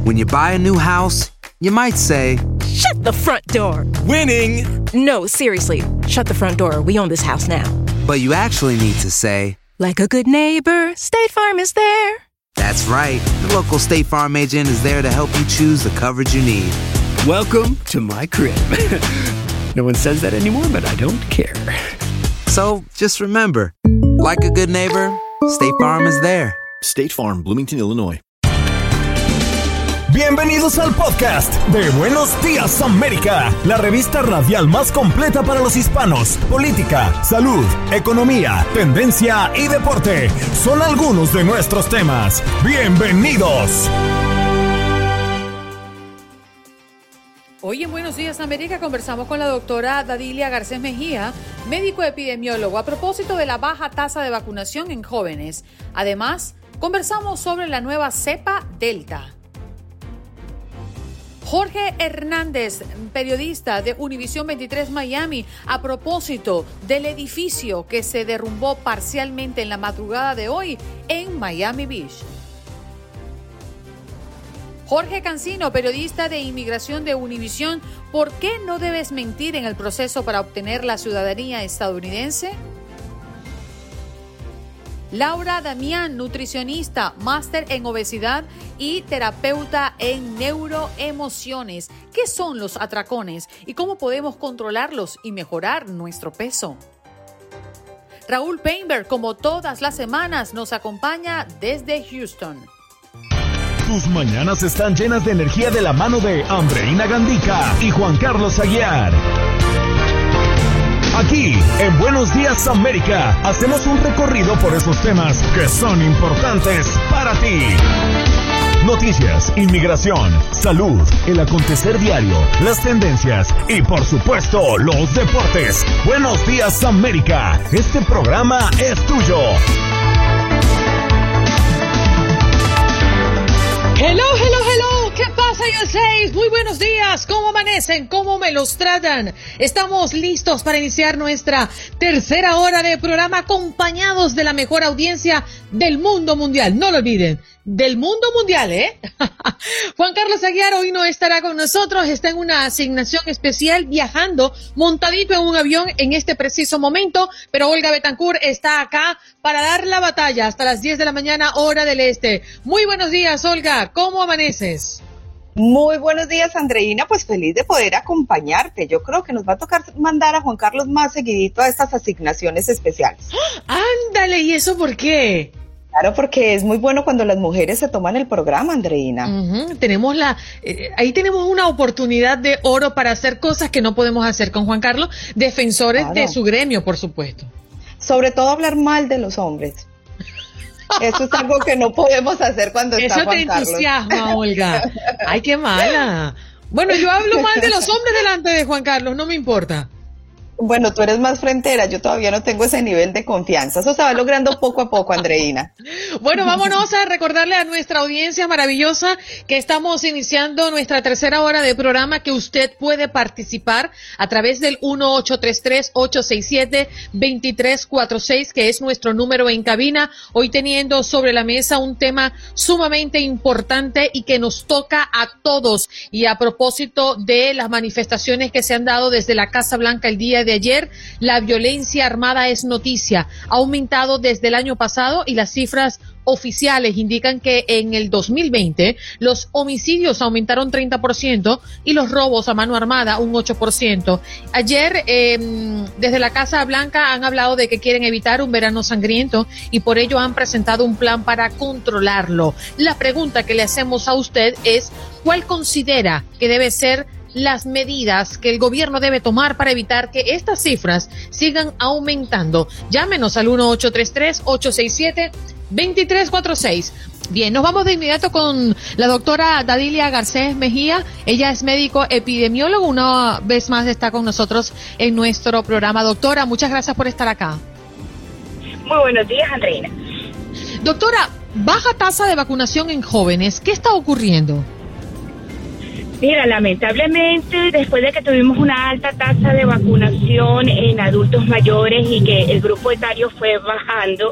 When you buy a new house, you might say, "Shut the front door." Winning! No, seriously. Shut the front door. We own this house now. but you actually need to say, like a good neighbor, State Farm is there. That's right. The local State Farm agent is there to help you choose the coverage you need. Welcome to my crib. No one says that anymore, but I don't care. So just remember, like a good neighbor, State Farm is there. State Farm, Bloomington, Illinois. Bienvenidos al podcast de Buenos Días América, la revista radial más completa para los hispanos. Política, salud, economía, tendencia y deporte son algunos de nuestros temas. Bienvenidos. Hoy en Buenos Días América conversamos con la doctora Dadilia Garcés Mejía, médico epidemiólogo, a propósito de la baja tasa de vacunación en jóvenes. Además, conversamos sobre la nueva cepa Delta. Jorge Hernández, periodista de Univisión 23 Miami, a propósito del edificio que se derrumbó parcialmente en la madrugada de hoy en Miami Beach. Jorge Cancino, periodista de inmigración de Univisión, ¿por qué no debes mentir en el proceso para obtener la ciudadanía estadounidense? Laura Damián, nutricionista, máster en obesidad y terapeuta en neuroemociones. ¿Qué son los atracones y cómo podemos controlarlos y mejorar nuestro peso? Raúl Painberg, como todas las semanas, nos acompaña desde Houston. Tus mañanas están llenas de energía de la mano de Andreina Gandica y Juan Carlos Aguiar. Aquí, en Buenos Días América, hacemos un recorrido por esos temas que son importantes para ti. Noticias, inmigración, salud, el acontecer diario, las tendencias y, por supuesto, los deportes. Buenos Días América, este programa es tuyo. Hello, hello, hello. ¿Qué pasa, USA? Muy buenos días. ¿Cómo amanecen? ¿Cómo me los tratan? Estamos listos para iniciar nuestra tercera hora de programa acompañados de la mejor audiencia del mundo mundial. No lo olviden, del mundo mundial, ¿eh? Juan Carlos Aguiar hoy no estará con nosotros. Está en una asignación especial viajando montadito en un avión en este preciso momento. Pero Olga Betancourt está acá para dar la batalla hasta las 10 de la mañana, hora del este. Muy buenos días, Olga. ¿Cómo amaneces? Muy buenos días, Andreina, pues feliz de poder acompañarte. Yo creo que nos va a tocar mandar a Juan Carlos más seguidito a estas asignaciones especiales. ¡Ándale! ¿Y eso por qué? Claro, porque es muy bueno cuando las mujeres se toman el programa, Andreina. Tenemos ahí tenemos una oportunidad de oro para hacer cosas que no podemos hacer con Juan Carlos, defensores de su gremio, por supuesto. Sobre todo hablar mal de los hombres. Eso es algo que no podemos hacer cuando está Juan Carlos. Eso te entusiasma, Olga. Ay, qué mala. Bueno, yo hablo mal de los hombres delante de Juan Carlos, no me importa. Bueno, tú eres más frentera, yo todavía no tengo ese nivel de confianza. Eso se va logrando poco a poco, Andreina. Bueno, vámonos a recordarle a nuestra audiencia maravillosa que estamos iniciando nuestra tercera hora de programa, que usted puede participar a través del 1-833-867-2346, que es nuestro número en cabina. Hoy teniendo sobre la mesa un tema sumamente importante y que nos toca a todos. Y a propósito de las manifestaciones que se han dado desde la Casa Blanca el día de ayer, la violencia armada es noticia. Ha aumentado desde el año pasado y las cifras oficiales indican que en el 2020 los homicidios aumentaron 30% y los robos a mano armada un 8%. Ayer desde la Casa Blanca han hablado de que quieren evitar un verano sangriento y por ello han presentado un plan para controlarlo. La pregunta que le hacemos a usted es, ¿cuál considera que debe ser las medidas que el gobierno debe tomar para evitar que estas cifras sigan aumentando? Llámenos al 1-833-867-2346. Bien, nos vamos de inmediato con la doctora Dadilia Garcés Mejía. Ella es médico epidemiólogo. Una vez más está con nosotros en nuestro programa. Doctora, muchas gracias por estar acá. Muy buenos días, Andreina. Doctora, baja tasa de vacunación en jóvenes. ¿Qué está ocurriendo? Mira, lamentablemente, después de que tuvimos una alta tasa de vacunación en adultos mayores y que el grupo etario fue bajando,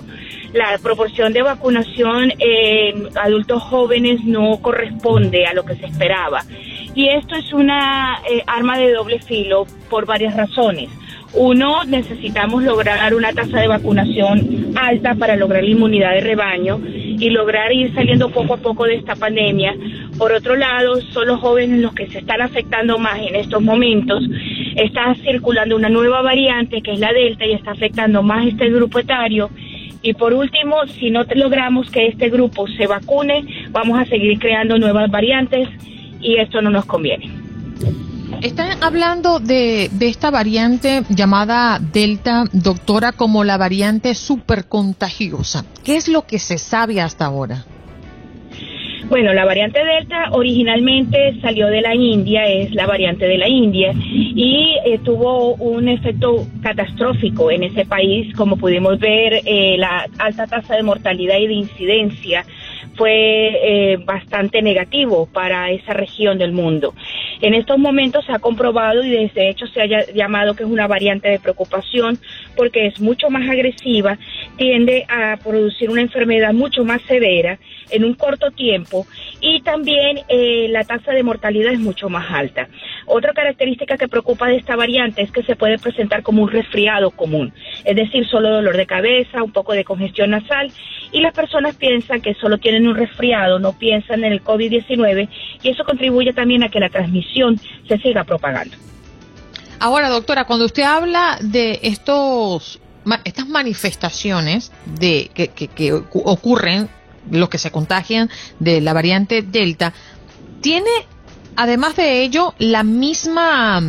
la proporción de vacunación en adultos jóvenes no corresponde a lo que se esperaba. Y esto es una arma de doble filo por varias razones. Uno, necesitamos lograr una tasa de vacunación alta para lograr la inmunidad de rebaño y lograr ir saliendo poco a poco de esta pandemia. Por otro lado, son los jóvenes los que se están afectando más en estos momentos. Está circulando una nueva variante que es la Delta y está afectando más este grupo etario. Y por último, si no logramos que este grupo se vacune, vamos a seguir creando nuevas variantes y esto no nos conviene. Están hablando de esta variante llamada Delta, doctora, como la variante supercontagiosa. ¿Qué es lo que se sabe hasta ahora? Bueno, la variante Delta originalmente salió de la India, es la variante de la India, y tuvo un efecto catastrófico en ese país. Como pudimos ver, la alta tasa de mortalidad y de incidencia fue bastante negativo para esa región del mundo. En estos momentos se ha comprobado y desde hecho se ha llamado que es una variante de preocupación porque es mucho más agresiva, tiende a producir una enfermedad mucho más severa en un corto tiempo y también la tasa de mortalidad es mucho más alta. Otra característica que preocupa de esta variante es que se puede presentar como un resfriado común, es decir, solo dolor de cabeza, un poco de congestión nasal y las personas piensan que solo tienen un resfriado, no piensan en el COVID-19 y eso contribuye también a que la transmisión se siga propagando. Ahora, doctora, cuando usted habla de estas manifestaciones que ocurren, los que se contagian de la variante Delta, ¿tiene además de ello la misma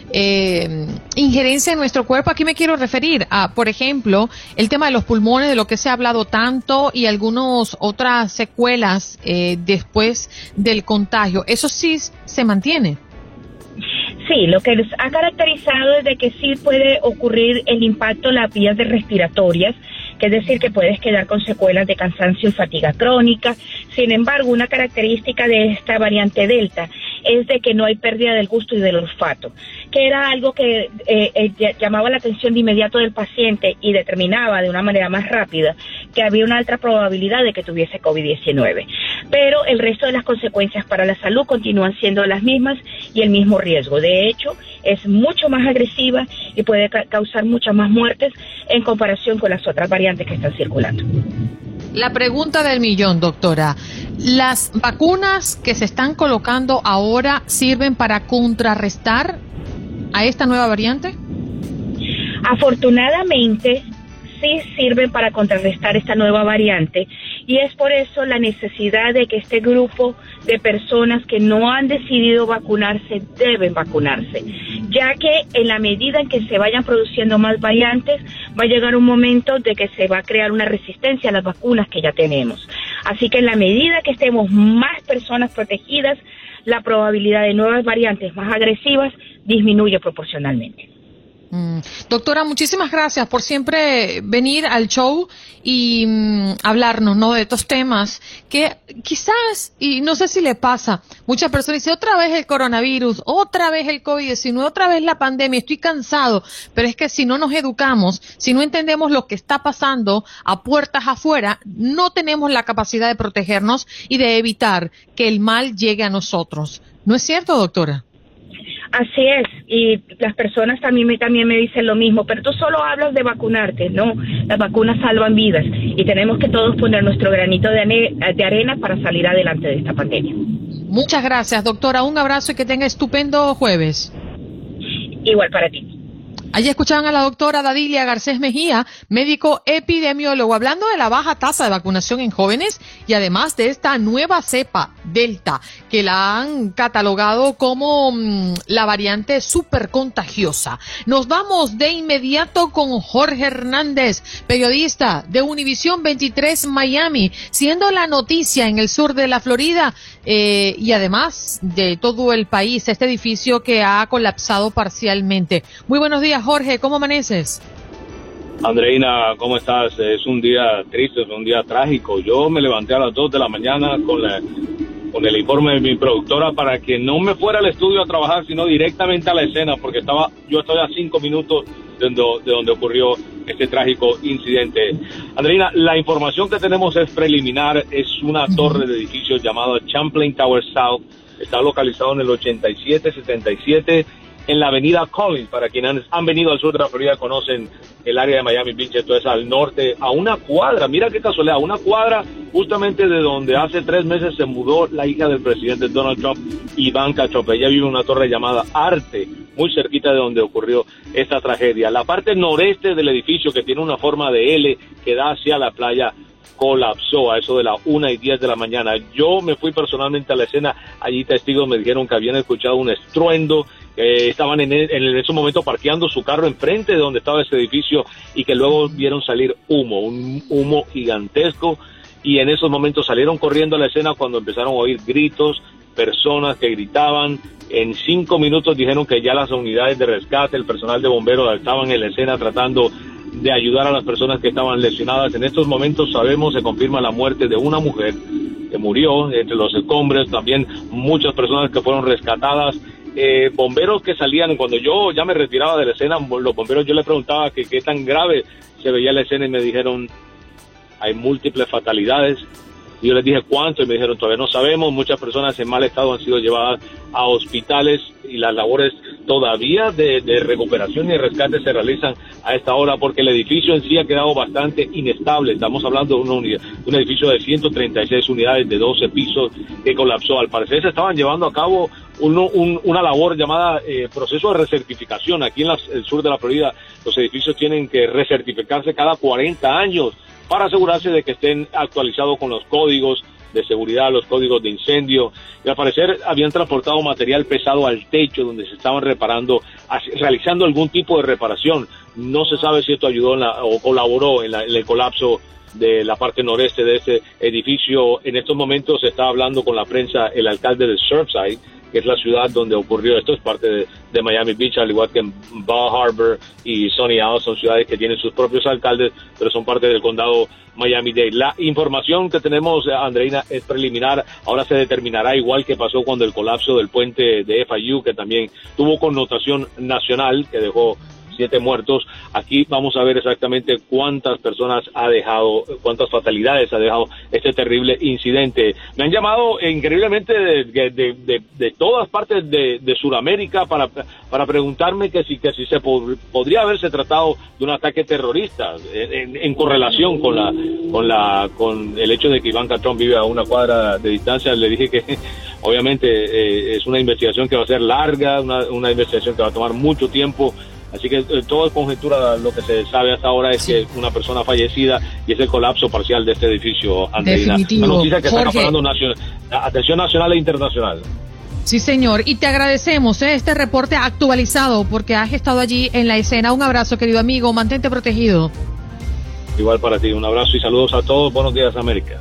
injerencia en nuestro cuerpo? Aquí me quiero referir a, por ejemplo, el tema de los pulmones, de lo que se ha hablado tanto, y algunas otras secuelas después del contagio. ¿Eso sí se mantiene? Sí, lo que les ha caracterizado es de que sí puede ocurrir el impacto en las vías respiratorias, que es decir, que puedes quedar con secuelas de cansancio y fatiga crónica. Sin embargo, una característica de esta variante Delta es de que no hay pérdida del gusto y del olfato, que era algo que llamaba la atención de inmediato del paciente y determinaba de una manera más rápida que había una alta probabilidad de que tuviese COVID-19. Pero el resto de las consecuencias para la salud continúan siendo las mismas y el mismo riesgo. De hecho, es mucho más agresiva y puede causar muchas más muertes en comparación con las otras variantes que están circulando. La pregunta del millón, doctora. ¿Las vacunas que se están colocando ahora sirven para contrarrestar a esta nueva variante? Afortunadamente, sí sirven para contrarrestar esta nueva variante y es por eso la necesidad de que este grupo de personas que no han decidido vacunarse deben vacunarse, ya que en la medida en que se vayan produciendo más variantes va a llegar un momento de que se va a crear una resistencia a las vacunas que ya tenemos. Así que en la medida que estemos más personas protegidas, la probabilidad de nuevas variantes más agresivas disminuye proporcionalmente. Doctora, muchísimas gracias por siempre venir al show y hablarnos, ¿no?, de estos temas que quizás, y no sé si le pasa, muchas personas dicen otra vez el coronavirus, otra vez el COVID-19, otra vez la pandemia, estoy cansado, pero es que si no nos educamos, si no entendemos lo que está pasando a puertas afuera, no tenemos la capacidad de protegernos y de evitar que el mal llegue a nosotros. ¿No es cierto, doctora? Así es, y las personas también me dicen lo mismo, pero tú solo hablas de vacunarte, no, las vacunas salvan vidas y tenemos que todos poner nuestro granito de arena para salir adelante de esta pandemia. Muchas gracias, doctora, un abrazo y que tenga estupendo jueves. Igual para ti. Allí escuchaban a la doctora Dadilia Garcés Mejía, médico epidemiólogo, hablando de la baja tasa de vacunación en jóvenes y además de esta nueva cepa Delta, que la han catalogado como la variante supercontagiosa. Nos vamos de inmediato con Jorge Hernández, periodista de Univisión 23 Miami, siendo la noticia en el sur de la Florida y además de todo el país, este edificio que ha colapsado parcialmente. Muy buenos días, Jorge, ¿cómo amaneces? Andreina, ¿cómo estás? Es un día triste, es un día trágico. Yo me levanté a las 2 de la mañana con con el informe de mi productora para que no me fuera al estudio a trabajar, sino directamente a la escena, porque yo estoy a 5 minutos de donde ocurrió este trágico incidente. Andreina, la información que tenemos es preliminar, es una torre de edificios llamada Champlain Tower South, está localizado en el 8777 en la avenida Collins. Para quienes han venido al sur de la Florida conocen el área de Miami Beach, esto es al norte, a una cuadra, mira qué casualidad, a una cuadra justamente de donde hace 3 meses se mudó la hija del presidente Donald Trump, Ivanka Trump. Ella vive en una torre llamada Arte, muy cerquita de donde ocurrió esta tragedia. La parte noreste del edificio, que tiene una forma de L que da hacia la playa, colapsó a eso de las 1:10 de la mañana. Yo me fui personalmente a la escena, allí testigos me dijeron que habían escuchado un estruendo, estaban en ese momento parqueando su carro enfrente de donde estaba ese edificio y que luego vieron salir humo, un humo gigantesco, y en esos momentos salieron corriendo a la escena cuando empezaron a oír gritos, personas que gritaban. En 5 minutos dijeron que ya las unidades de rescate, el personal de bomberos estaban en la escena tratando de ayudar a las personas que estaban lesionadas. En estos momentos sabemos, se confirma la muerte de una mujer que murió entre los escombros, también muchas personas que fueron rescatadas. Bomberos que salían, cuando yo ya me retiraba de la escena, los bomberos, yo les preguntaba que qué tan grave se veía la escena y me dijeron, hay múltiples fatalidades. Y yo les dije cuánto y me dijeron todavía no sabemos, muchas personas en mal estado han sido llevadas a hospitales y las labores todavía de recuperación y de rescate se realizan a esta hora porque el edificio en sí ha quedado bastante inestable. Estamos hablando de un edificio de 136 unidades de 12 pisos que colapsó. Al parecer se estaban llevando a cabo una labor llamada proceso de recertificación. Aquí en el sur de la Florida los edificios tienen que recertificarse cada 40 años para asegurarse de que estén actualizados con los códigos de seguridad, los códigos de incendio. Y al parecer habían transportado material pesado al techo donde se estaban realizando algún tipo de reparación. No se sabe si esto ayudó o colaboró en el colapso de la parte noreste de este edificio. En estos momentos se está hablando con la prensa el alcalde de Surfside, que es la ciudad donde ocurrió esto, es parte de Miami Beach, al igual que en Bal Harbour y Sunny Isles, son ciudades que tienen sus propios alcaldes, pero son parte del condado Miami-Dade. La información que tenemos, Andreina, es preliminar, ahora se determinará, igual que pasó cuando el colapso del puente de FIU, que también tuvo connotación nacional, que dejó 7 muertos. Aquí vamos a ver exactamente cuántas personas ha dejado, cuántas fatalidades ha dejado este terrible incidente. Me han llamado increíblemente de todas partes de Sudamérica para preguntarme que si se podría haberse tratado de un ataque terrorista en correlación con el hecho de que Ivanka Trump vive a una cuadra de distancia. Le dije que obviamente es una investigación que va a ser larga, una investigación que va a tomar mucho tiempo. Así que todo es conjetura. Lo que se sabe hasta ahora es que una persona fallecida y es el colapso parcial de este edificio, Andreina. Definitivo. Una noticia que Jorge, está acaparando atención nacional e internacional. Sí, señor. Y te agradecemos este reporte actualizado porque has estado allí en la escena. Un abrazo, querido amigo. Mantente protegido. Igual para ti. Un abrazo y saludos a todos. Buenos días, América.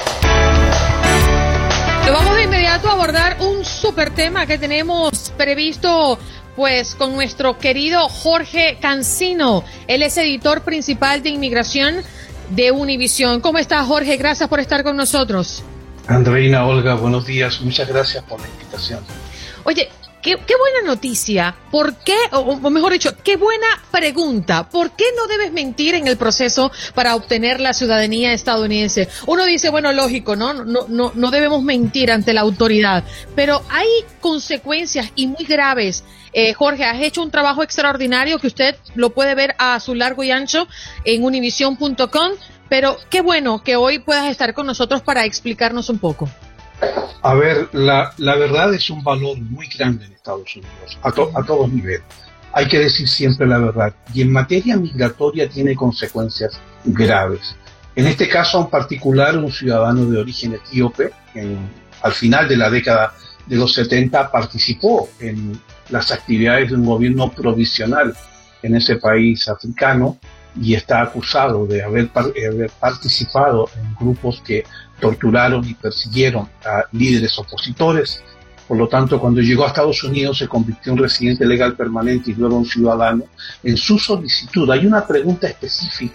Lo vamos de inmediato a abordar un súper tema que tenemos previsto pues con nuestro querido Jorge Cancino. Él es editor principal de inmigración de Univisión. ¿Cómo estás, Jorge? Gracias por estar con nosotros. Andreina, Olga, buenos días. Muchas gracias por la invitación. Oye, qué buena noticia. ¿Por qué, o mejor dicho, qué buena pregunta? ¿Por qué no debes mentir en el proceso para obtener la ciudadanía estadounidense? Uno dice, bueno, lógico, no debemos mentir ante la autoridad, pero hay consecuencias y muy graves. Jorge, has hecho un trabajo extraordinario que usted lo puede ver a su largo y ancho en univision.com, pero qué bueno que hoy puedas estar con nosotros para explicarnos un poco. A ver, la verdad es un valor muy grande en Estados Unidos, a todos niveles. Hay que decir siempre la verdad. Y en materia migratoria tiene consecuencias graves. En este caso en particular, un ciudadano de origen etíope, al final de la década de los 70, participó en las actividades de un gobierno provisional en ese país africano y está acusado de haber participado en grupos que torturaron y persiguieron a líderes opositores. Por lo tanto, cuando llegó a Estados Unidos se convirtió en residente legal permanente y luego en ciudadano. En su solicitud hay una pregunta específica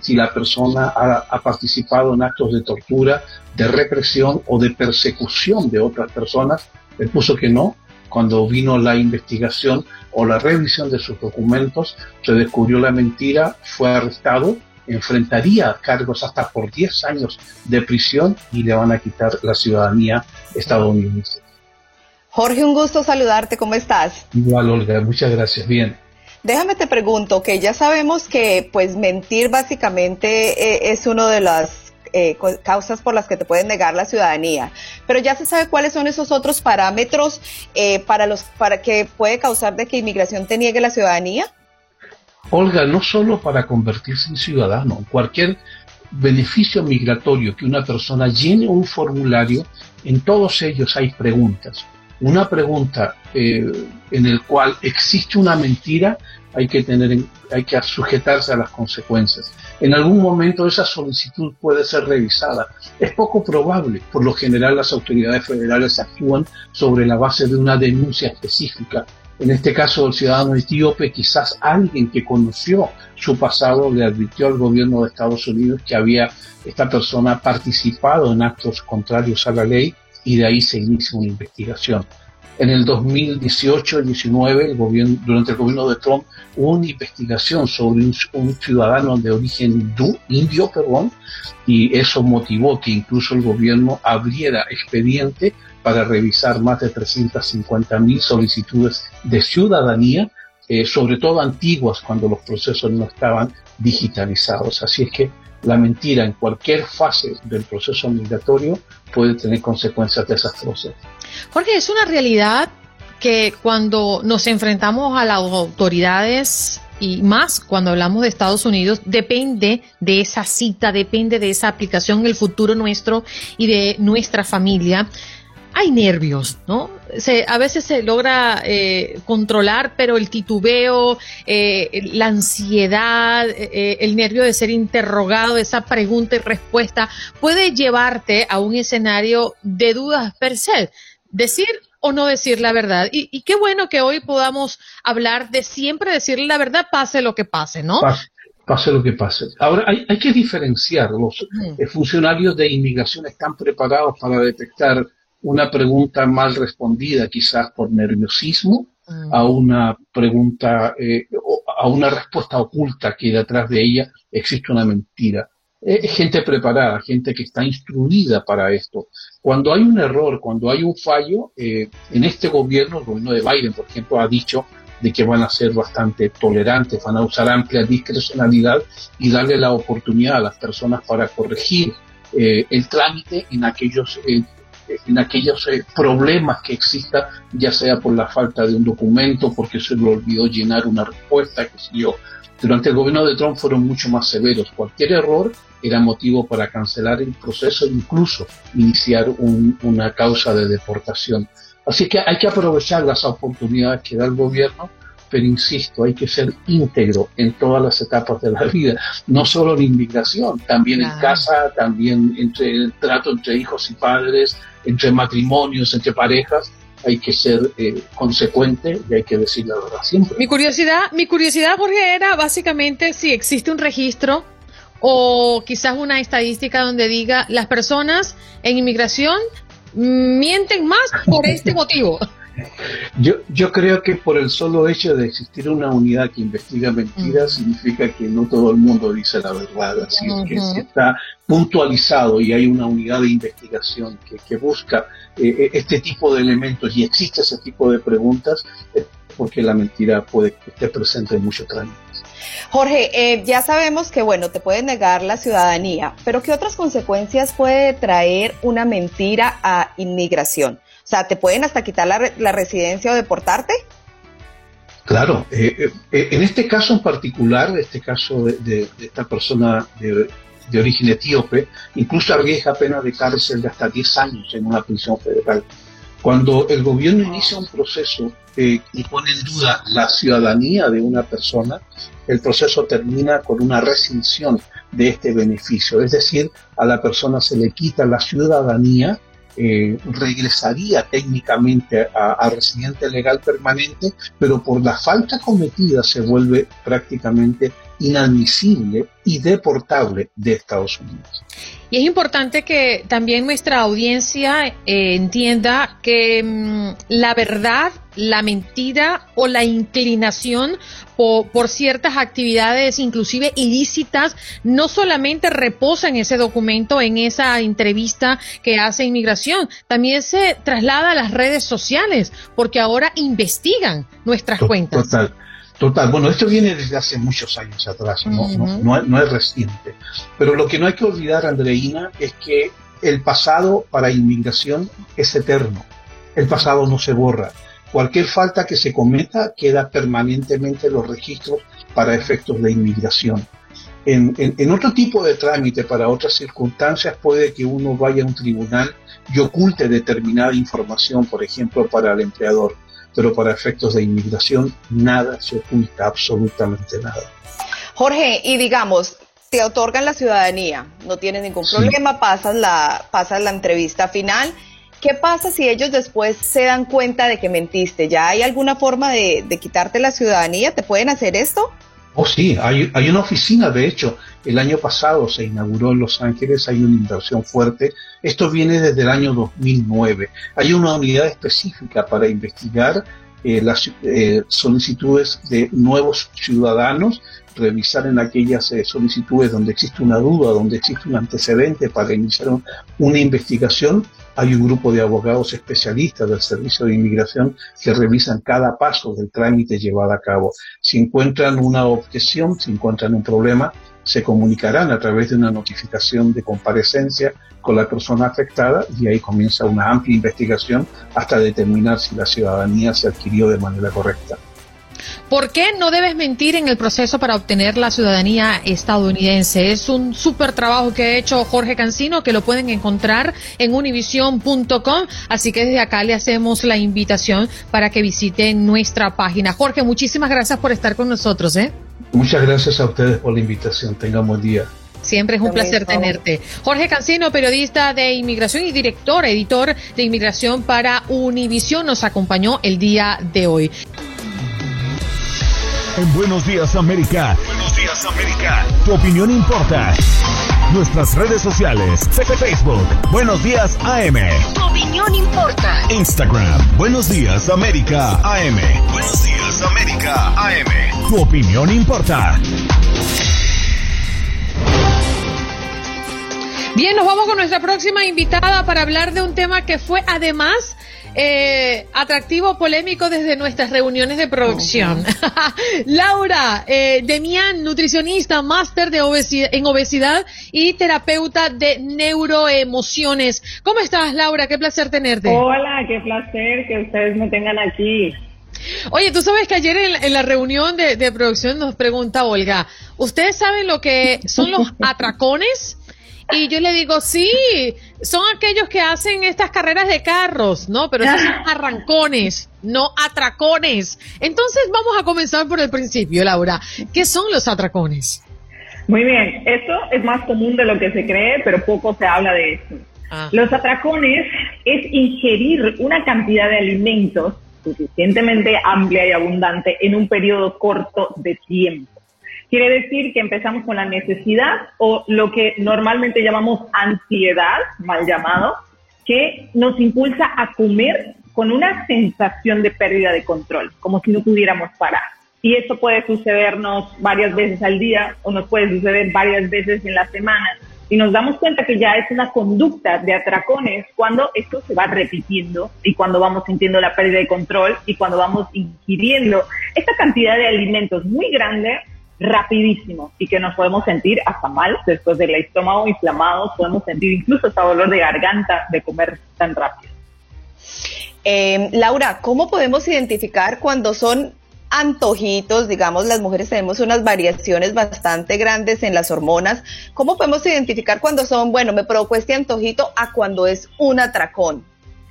si la persona ha participado en actos de tortura, de represión o de persecución de otras personas. Él puso que no. Cuando vino la investigación o la revisión de sus documentos, se descubrió la mentira, fue arrestado, enfrentaría cargos hasta por 10 años de prisión y le van a quitar la ciudadanía estadounidense. Jorge, un gusto saludarte, ¿cómo estás? Igual, Olga, muchas gracias, bien. Déjame te pregunto, que ya sabemos que pues mentir básicamente es una de las causas por las que te pueden negar la ciudadanía, pero ya se sabe cuáles son esos otros parámetros para que puede causar de que inmigración te niegue la ciudadanía. Olga, no solo para convertirse en ciudadano, cualquier beneficio migratorio que una persona llene un formulario, en todos ellos hay preguntas. Una pregunta en el cual existe una mentira, hay que sujetarse a las consecuencias. En algún momento esa solicitud puede ser revisada. Es poco probable. Por lo general las autoridades federales actúan sobre la base de una denuncia específica. En este caso, el ciudadano etíope, quizás alguien que conoció su pasado le advirtió al gobierno de Estados Unidos que había esta persona participado en actos contrarios a la ley y de ahí se inicia una investigación. En el 2018-19, durante el gobierno de Trump, hubo una investigación sobre un ciudadano de origen indio, y eso motivó que incluso el gobierno abriera expediente para revisar más de 350,000 solicitudes de ciudadanía, sobre todo antiguas, cuando los procesos no estaban digitalizados. Así es que la mentira en cualquier fase del proceso migratorio puede tener consecuencias desastrosas. Jorge, es una realidad que cuando nos enfrentamos a las autoridades y más cuando hablamos de Estados Unidos, depende de esa cita, depende de esa aplicación en el futuro nuestro y de nuestra familia. Hay nervios, ¿no? A veces se logra controlar, pero el titubeo, la ansiedad, el nervio de ser interrogado, esa pregunta y respuesta, puede llevarte a un escenario de dudas per se. Decir o no decir la verdad. Y qué bueno que hoy podamos hablar de siempre decirle la verdad, pase lo que pase, ¿no? Pase lo que pase. Ahora, hay que diferenciar. Los funcionarios de inmigración están preparados para detectar una pregunta mal respondida, quizás por nerviosismo, a una pregunta, a una respuesta oculta que detrás de ella existe una mentira. Gente preparada, gente que está instruida para esto. Cuando hay un error, cuando hay un fallo, en este gobierno, el gobierno de Biden, por ejemplo, ha dicho de que van a ser bastante tolerantes, van a usar amplia discrecionalidad y darle la oportunidad a las personas para corregir el trámite en aquellos problemas que exista, ya sea por la falta de un documento, porque se le olvidó llenar una respuesta, qué sé yo. Durante el gobierno de Trump fueron mucho más severos. Cualquier error era motivo para cancelar el proceso e incluso iniciar una causa de deportación. Así que hay que aprovechar las oportunidades que da el gobierno, pero insisto, hay que ser íntegro en todas las etapas de la vida, no solo en inmigración, también en casa, también entre el trato entre hijos y padres, entre matrimonios, entre parejas. Hay que ser consecuente y hay que decir la verdad siempre. Mi curiosidad, Jorge, era básicamente si existe un registro o quizás una estadística donde diga las personas en inmigración mienten más por este motivo. Yo creo que por el solo hecho de existir una unidad que investiga mentiras significa que no todo el mundo dice la verdad, así es que si está puntualizado y hay una unidad de investigación que busca este tipo de elementos y existe ese tipo de preguntas, es porque la mentira puede estar presente en muchos trámites. Jorge, ya sabemos que, bueno, te puede negar la ciudadanía, pero ¿qué otras consecuencias puede traer una mentira a inmigración? O sea, ¿te pueden hasta quitar la residencia o deportarte? Claro. En este caso en particular, este caso de esta persona de origen etíope, incluso arriesga pena de cárcel de hasta 10 años en una prisión federal. Cuando el gobierno inicia un proceso y pone en duda la ciudadanía de una persona, el proceso termina con una rescisión de este beneficio. Es decir, a la persona se le quita la ciudadanía, regresaría técnicamente a residente legal permanente, pero por la falta cometida se vuelve prácticamente inadmisible y deportable de Estados Unidos. Y es importante que también nuestra audiencia entienda que la verdad, la mentira o la inclinación por ciertas actividades, inclusive ilícitas, no solamente reposa en ese documento, en esa entrevista que hace Inmigración, también se traslada a las redes sociales, porque ahora investigan nuestras cuentas. Total. Bueno, esto viene desde hace muchos años atrás, no es reciente. Pero lo que no hay que olvidar, Andreina, es que el pasado para inmigración es eterno. El pasado no se borra. Cualquier falta que se cometa queda permanentemente en los registros para efectos de inmigración. En otro tipo de trámite, para otras circunstancias, puede que uno vaya a un tribunal y oculte determinada información, por ejemplo, para el empleador. Pero para efectos de inmigración nada se oculta, absolutamente nada. Jorge, y digamos, te otorgan la ciudadanía, no tienes ningún problema, pasas la entrevista final. ¿Qué pasa si ellos después se dan cuenta de que mentiste? ¿Ya hay alguna forma de quitarte la ciudadanía? ¿Te pueden hacer esto? Oh, sí, hay una oficina, de hecho, el año pasado se inauguró en Los Ángeles, hay una inversión fuerte, esto viene desde el año 2009, hay una unidad específica para investigar las solicitudes de nuevos ciudadanos, revisar en aquellas solicitudes donde existe una duda, donde existe un antecedente para iniciar una investigación. Hay un grupo de abogados especialistas del Servicio de Inmigración que revisan cada paso del trámite llevado a cabo. Si encuentran una objeción, si encuentran un problema, se comunicarán a través de una notificación de comparecencia con la persona afectada y ahí comienza una amplia investigación hasta determinar si la ciudadanía se adquirió de manera correcta. ¿Por qué no debes mentir en el proceso para obtener la ciudadanía estadounidense? Es un súper trabajo que ha hecho Jorge Cancino, que lo pueden encontrar en univision.com, así que desde acá le hacemos la invitación para que visiten nuestra página. Jorge, muchísimas gracias por estar con nosotros. Muchas gracias a ustedes por la invitación. Tengan buen día. Siempre es un placer tenerte. Jorge Cancino, periodista de inmigración y editor de inmigración para Univision, nos acompañó el día de hoy. En Buenos Días América. Buenos Días América. Tu opinión importa. Nuestras redes sociales. Facebook. Buenos Días AM. Tu opinión importa. Instagram. Buenos Días América AM. Buenos Días América AM. Tu opinión importa. Bien, nos vamos con nuestra próxima invitada para hablar de un tema que fue además atractivo, polémico desde nuestras reuniones de producción. Laura Demian, nutricionista, máster en obesidad y terapeuta de neuroemociones. ¿Cómo estás, Laura? Qué placer tenerte. Hola, qué placer que ustedes me tengan aquí. Oye, tú sabes que ayer en la reunión de producción nos pregunta Olga, ¿ustedes saben lo que son los atracones? Y yo le digo, sí, son aquellos que hacen estas carreras de carros, ¿no? Pero esos son arrancones, no atracones. Entonces vamos a comenzar por el principio, Laura. ¿Qué son los atracones? Muy bien, esto es más común de lo que se cree, pero poco se habla de esto. Los atracones es ingerir una cantidad de alimentos suficientemente amplia y abundante en un periodo corto de tiempo. Quiere decir que empezamos con la necesidad o lo que normalmente llamamos ansiedad, mal llamado, que nos impulsa a comer con una sensación de pérdida de control, como si no pudiéramos parar. Y esto puede sucedernos varias veces al día o nos puede suceder varias veces en la semana. Y nos damos cuenta que ya es una conducta de atracones cuando esto se va repitiendo y cuando vamos sintiendo la pérdida de control y cuando vamos ingiriendo esta cantidad de alimentos muy grande rapidísimo y que nos podemos sentir hasta mal después del estómago inflamado, podemos sentir incluso hasta dolor de garganta de comer tan rápido. Laura, ¿cómo podemos identificar cuando son antojitos? Digamos, las mujeres tenemos unas variaciones bastante grandes en las hormonas. ¿Cómo podemos identificar cuando son, bueno, me provocó este antojito a cuando es un atracón?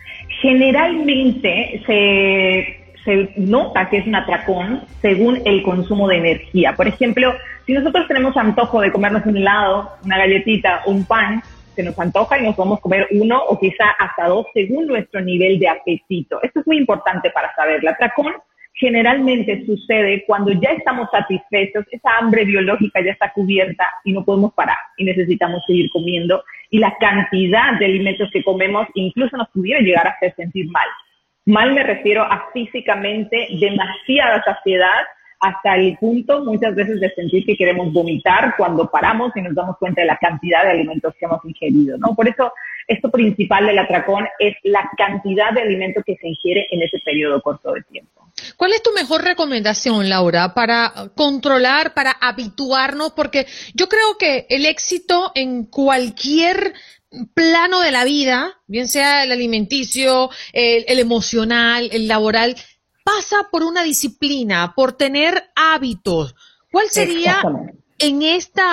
Generalmente se nota que es un atracón según el consumo de energía. Por ejemplo, si nosotros tenemos antojo de comernos un helado, una galletita, un pan, se nos antoja y nos podemos comer uno o quizá hasta dos según nuestro nivel de apetito. Esto es muy importante para saber. El atracón generalmente sucede cuando ya estamos satisfechos, esa hambre biológica ya está cubierta y no podemos parar y necesitamos seguir comiendo, y la cantidad de alimentos que comemos incluso nos pudiera llegar a hacer sentir mal. Mal me refiero a físicamente demasiada saciedad, hasta el punto muchas veces de sentir que queremos vomitar cuando paramos y nos damos cuenta de la cantidad de alimentos que hemos ingerido, ¿no? Por eso, esto principal del atracón es la cantidad de alimentos que se ingiere en ese periodo corto de tiempo. ¿Cuál es tu mejor recomendación, Laura, para controlar, para habituarnos? Porque yo creo que el éxito en cualquier plano de la vida, bien sea el alimenticio, el emocional, el laboral, pasa por una disciplina, por tener hábitos. ¿Cuál sería en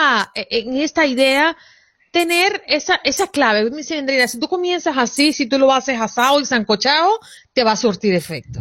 esta idea tener esa clave? Me dice Andreina, si tú comienzas así, si tú lo haces asado y sancochado, te va a surtir efecto.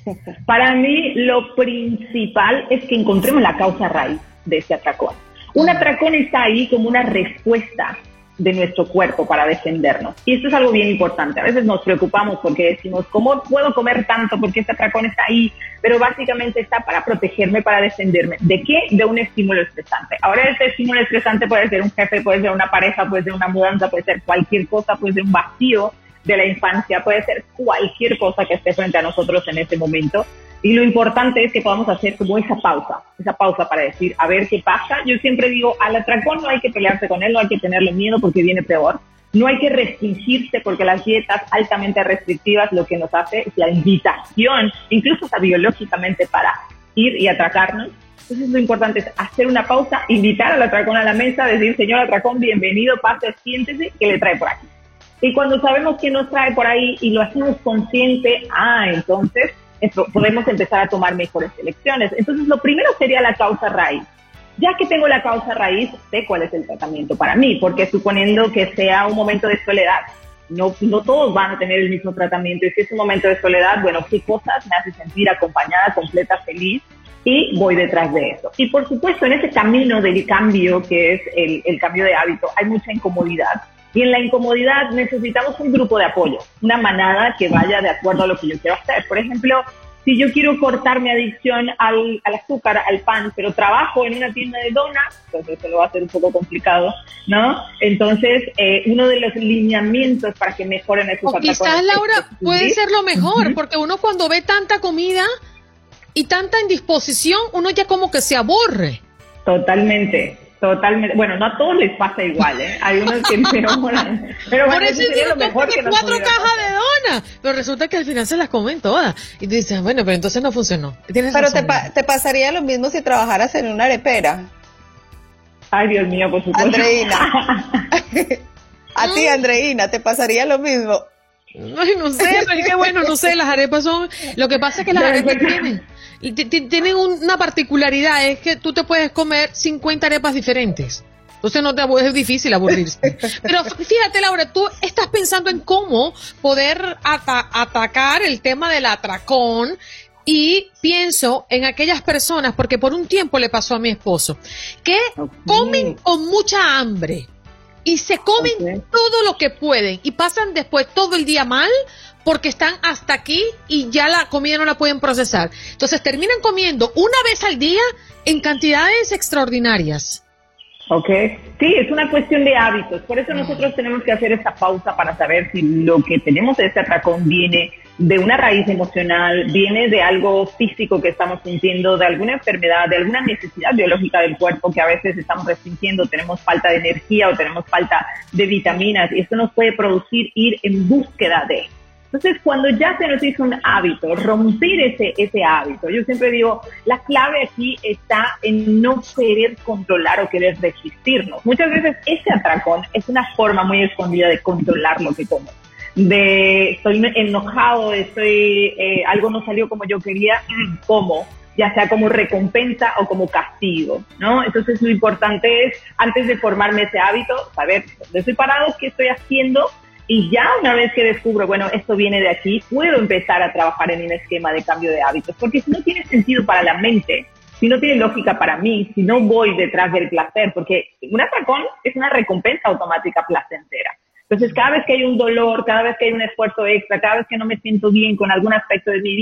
Para mí, lo principal es que encontremos la causa raíz de ese atracón. Un atracón está ahí como una respuesta de nuestro cuerpo para defendernos. Y esto es algo bien importante. A veces nos preocupamos porque decimos, ¿cómo puedo comer tanto? Porque este atracón está ahí. Pero básicamente está para protegerme, para defenderme. ¿De qué? De un estímulo estresante. Ahora, este estímulo estresante puede ser un jefe, puede ser una pareja, puede ser una mudanza, puede ser cualquier cosa, puede ser un vacío de la infancia, puede ser cualquier cosa que esté frente a nosotros en este momento. Y lo importante es que podamos hacer como esa pausa para decir, a ver qué pasa. Yo siempre digo, al atracón no hay que pelearse con él, no hay que tenerle miedo porque viene peor. No hay que restringirse porque las dietas altamente restrictivas lo que nos hace es la invitación, incluso hasta biológicamente, para ir y atracarnos. Entonces lo importante es hacer una pausa, invitar al atracón a la mesa, decir, señor atracón, bienvenido, pase, siéntese, ¿qué le trae por aquí? Y cuando sabemos qué nos trae por ahí y lo hacemos consciente, entonces podemos empezar a tomar mejores elecciones. Entonces, lo primero sería la causa raíz. Ya que tengo la causa raíz, sé cuál es el tratamiento para mí, porque suponiendo que sea un momento de soledad, no todos van a tener el mismo tratamiento, y si es un momento de soledad, bueno, ¿qué cosas me hace sentir acompañada, completa, feliz? Y voy detrás de eso. Y por supuesto, en ese camino del cambio, que es el cambio de hábito, hay mucha incomodidad. Y en la incomodidad necesitamos un grupo de apoyo, una manada que vaya de acuerdo a lo que yo quiero hacer. Por ejemplo, si yo quiero cortar mi adicción al azúcar, al pan, pero trabajo en una tienda de donas, pues eso lo va a hacer un poco complicado, ¿no? Entonces, uno de los lineamientos para que mejoren esos atracones... O quizás, Laura, puede ser lo mejor, porque uno cuando ve tanta comida y tanta indisposición, uno ya como que se aburre. Totalmente. Bueno, no a todos les pasa igual, ¿eh? Hay unos que empeoran. Pero bueno, por eso sería lo mejor que nos 4 cajas de donas, pero resulta que al final se las comen todas. Y tú dices, bueno, pero entonces no funcionó. Pero te pasaría lo mismo si trabajaras en una arepera. Ay, Dios mío, por supuesto. Andreina. A ti, Andreina, ¿te pasaría lo mismo? Ay, no sé, pero es que bueno, no sé, las arepas son... Lo que pasa es que las arepas tienen una particularidad, es que tú te puedes comer 50 arepas diferentes. Entonces es difícil aburrirse. Pero fíjate, Laura, tú estás pensando en cómo poder atacar el tema del atracón, y pienso en aquellas personas, porque por un tiempo le pasó a mi esposo, que comen con mucha hambre y se comen todo lo que pueden y pasan después todo el día mal porque están hasta aquí y ya la comida no la pueden procesar. Entonces terminan comiendo una vez al día en cantidades extraordinarias. Sí, es una cuestión de hábitos. Por eso nosotros tenemos que hacer esta pausa para saber si lo que tenemos de este atracón viene de una raíz emocional, viene de algo físico que estamos sintiendo, de alguna enfermedad, de alguna necesidad biológica del cuerpo que a veces estamos restringiendo, tenemos falta de energía o tenemos falta de vitaminas, y esto nos puede producir ir en búsqueda de. Entonces, cuando ya se nos hizo un hábito, romper ese hábito, yo siempre digo, la clave aquí está en no querer controlar o querer resistirnos. Muchas veces ese atracón es una forma muy escondida de controlar lo que como. Estoy enojado, algo no salió como yo quería, como, ya sea como recompensa o como castigo, ¿no? Entonces, lo importante es, antes de formarme ese hábito, saber dónde estoy parado, qué estoy haciendo. Y ya una vez que descubro, bueno, esto viene de aquí, puedo empezar a trabajar en un esquema de cambio de hábitos. Porque si no tiene sentido para la mente, si no tiene lógica para mí, si no voy detrás del placer, porque un atracón es una recompensa automática placentera. Entonces, cada vez que hay un dolor, cada vez que hay un esfuerzo extra, cada vez que no me siento bien con algún aspecto de mi vida,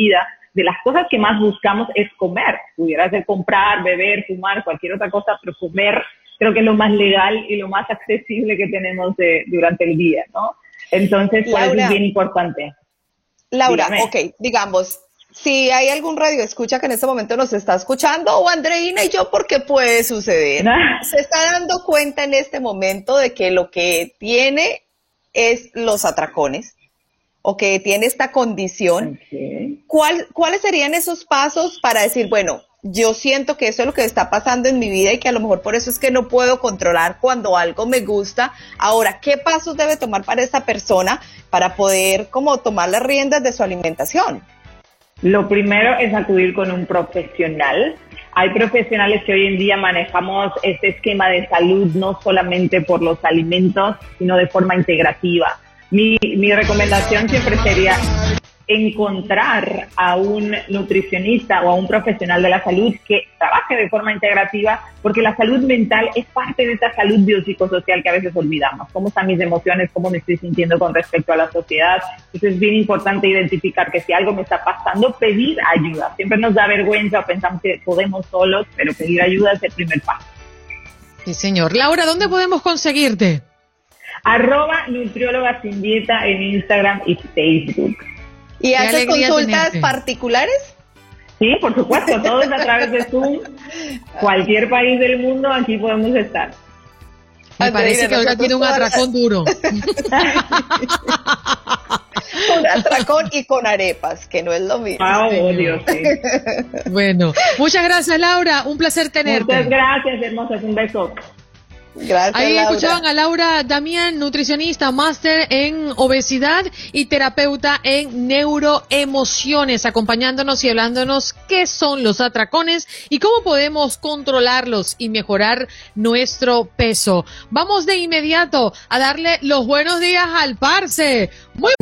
de las cosas que más buscamos es comer. Pudiera ser comprar, beber, fumar, cualquier otra cosa, pero comer creo que es lo más legal y lo más accesible que tenemos durante el día, ¿no? Entonces, por eso es bien importante. Laura, Dígame. ok, digamos, si hay algún radio escucha que en este momento nos está escuchando, o Andreina y yo, porque puede suceder, se está dando cuenta en este momento de que lo que tiene es los atracones, o que tiene esta condición. Okay. ¿Cuáles serían esos pasos para decir, bueno, yo siento que eso es lo que está pasando en mi vida y que a lo mejor por eso es que no puedo controlar cuando algo me gusta? Ahora, ¿qué pasos debe tomar para esta persona para poder como tomar las riendas de su alimentación? Lo primero es acudir con un profesional. Hay profesionales que hoy en día manejamos este esquema de salud no solamente por los alimentos, sino de forma integrativa. Mi recomendación siempre sería encontrar a un nutricionista o a un profesional de la salud que trabaje de forma integrativa, porque la salud mental es parte de esta salud biopsicosocial que a veces olvidamos. ¿Cómo están mis emociones? ¿Cómo me estoy sintiendo con respecto a la sociedad? Entonces es bien importante identificar que si algo me está pasando, pedir ayuda. Siempre nos da vergüenza o pensamos que podemos solos, pero pedir ayuda es el primer paso. Sí, señor. Laura, ¿dónde podemos conseguirte? @nutrióloga sin dieta en Instagram y Facebook. ¿Y haces consultas particulares? Sí, por supuesto, todo es a través de Zoom. Cualquier país del mundo, aquí podemos estar. Me parece que Olga tiene un atracón duro. Un atracón y con arepas, que no es lo mismo. Dios, sí. Bueno, muchas gracias, Laura. Un placer tenerte. Muchas gracias, hermosas. Un beso. Gracias, Ahí Laura. escuchaban a Laura Damián, nutricionista, máster en obesidad y terapeuta en neuroemociones, acompañándonos y hablándonos qué son los atracones y cómo podemos controlarlos y mejorar nuestro peso. Vamos de inmediato a darle los buenos días al parce.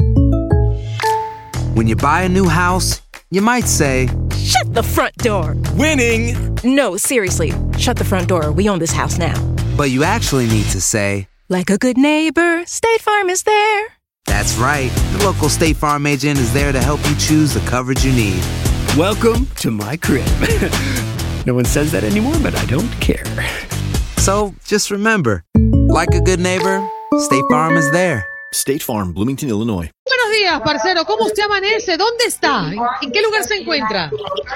When you buy a new house, you might say, Shut the front door. Winning! No, seriously. Shut the front door. We own this house now. but you actually need to say, Like a good neighbor, State Farm is there. That's right. The local State Farm agent is there to help you choose the coverage you need. Welcome to my crib. No one says that anymore, but I don't care. So just remember, like a good neighbor, State Farm is there. State Farm, Bloomington, Illinois. Buenos días, parcero. ¿Cómo usted amanece? ¿Dónde está? ¿En qué lugar se encuentra?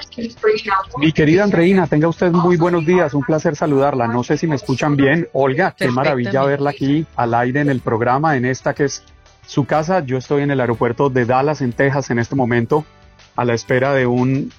Mi querida Andreina, tenga usted muy buenos días. Un placer saludarla. No sé si me escuchan bien. Olga, qué maravilla verla aquí al aire en el programa, en esta que es su casa. Yo estoy en el aeropuerto de Dallas, en Texas, en este momento, a la espera de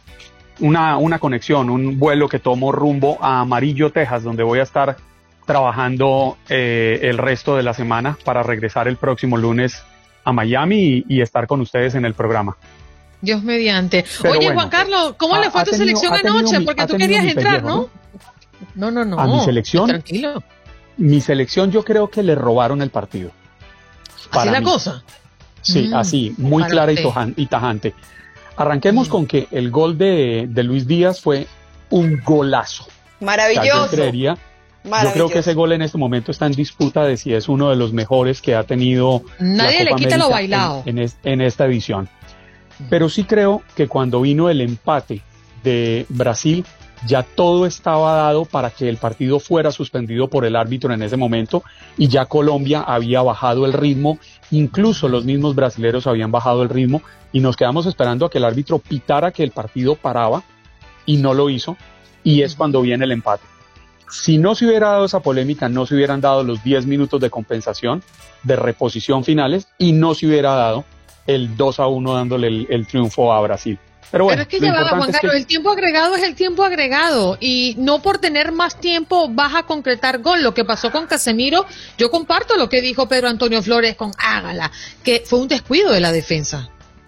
una conexión, un vuelo que tomo rumbo a Amarillo, Texas, donde voy a estar trabajando el resto de la semana para regresar el próximo lunes a Miami y estar con ustedes en el programa. Dios mediante. Pero Oye, bueno, Juan Carlos, ¿cómo le fue a tu selección anoche? Porque tú querías entrar, ¿no? No. A mi selección, tranquilo. Mi selección yo creo que le robaron el partido. ¿Así la cosa? Sí, así, muy clara y tajante. Arranquemos con que el gol de Luis Díaz fue un golazo. Maravilloso. O sea, yo creo que ese gol en este momento está en disputa de si es uno de los mejores que ha tenido Nadie la Copa le quita América lo bailado en esta edición. Pero sí creo que cuando vino el empate de Brasil, ya todo estaba dado para que el partido fuera suspendido por el árbitro en ese momento y ya Colombia había bajado el ritmo, incluso los mismos brasileros habían bajado el ritmo y nos quedamos esperando a que el árbitro pitara que el partido paraba y no lo hizo, y es cuando viene el empate. Si no se hubiera dado esa polémica, no se hubieran dado los 10 minutos de compensación, de reposición finales, y no se hubiera dado el 2-1 dándole el triunfo a Brasil. Pero bueno, es que ya va, Juan Carlos, el tiempo agregado es el tiempo agregado y no por tener más tiempo vas a concretar gol. Lo que pasó con Casemiro, yo comparto lo que dijo Pedro Antonio Flores con Ágala, que fue un descuido de la defensa.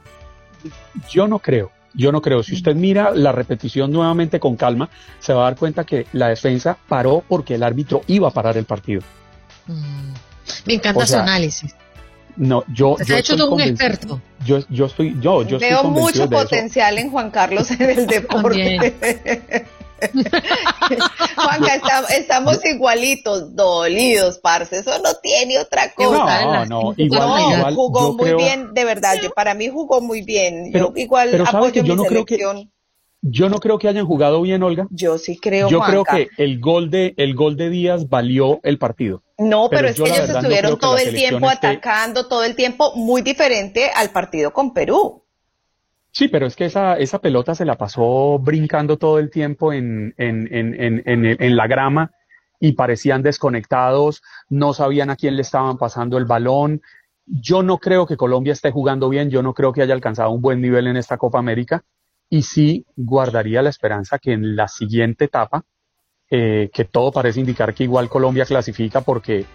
Yo no creo. Si usted mira la repetición nuevamente con calma, se va a dar cuenta que la defensa paró porque el árbitro iba a parar el partido. Me encanta su análisis. No, yo se ha hecho todo un experto. Yo estoy Veo mucho potencial en Juan Carlos en el deporte. Juanca, estamos igualitos, dolidos, parce. Eso no tiene otra cosa. Igual, jugó muy bien, de verdad. Para mí jugó muy bien. Yo igual apoyo mi selección. Yo no creo que hayan jugado bien, Olga. Yo sí creo, Yo Juanca. creo que el gol de Díaz valió el partido. No, pero es que ellos estuvieron todo el tiempo atacando, todo el tiempo, muy diferente al partido con Perú. Sí, pero es que esa pelota se la pasó brincando todo el tiempo en la grama y parecían desconectados, no sabían a quién le estaban pasando el balón. Yo no creo que Colombia esté jugando bien, yo no creo que haya alcanzado un buen nivel en esta Copa América. Y sí guardaría la esperanza que en la siguiente etapa, que todo parece indicar que igual Colombia clasifica porque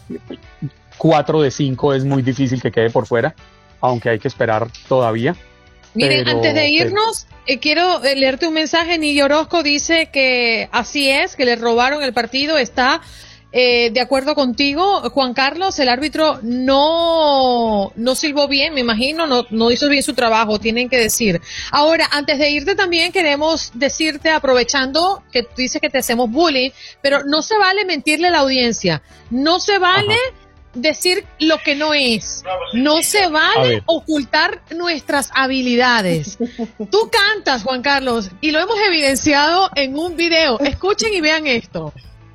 4 de 5 es muy difícil que quede por fuera, aunque hay que esperar todavía. Miren, antes de irnos, quiero leerte un mensaje. Nillo Orozco dice que así es, que le robaron el partido, está de acuerdo contigo, Juan Carlos. El árbitro no silbó bien, me imagino, no hizo bien su trabajo, tienen que decir. Ahora, antes de irte también queremos decirte, aprovechando que tú dices que te hacemos bullying, pero no se vale mentirle a la audiencia, no se vale decir lo que no es, no se vale ocultar nuestras habilidades. Tú cantas, Juan Carlos, y lo hemos evidenciado en un video. Escuchen y vean esto.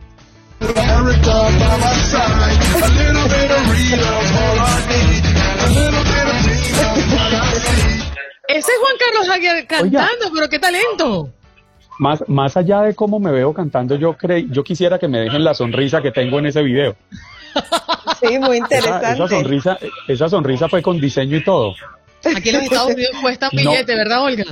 Ese es Juan Carlos Aguirre cantando. Oiga, pero qué talento. Más allá de cómo me veo cantando, yo quisiera que me dejen la sonrisa que tengo en ese video. Sí, muy interesante. Esa sonrisa fue con diseño y todo. Aquí en los Estados Unidos cuesta un billete, ¿verdad, Olga?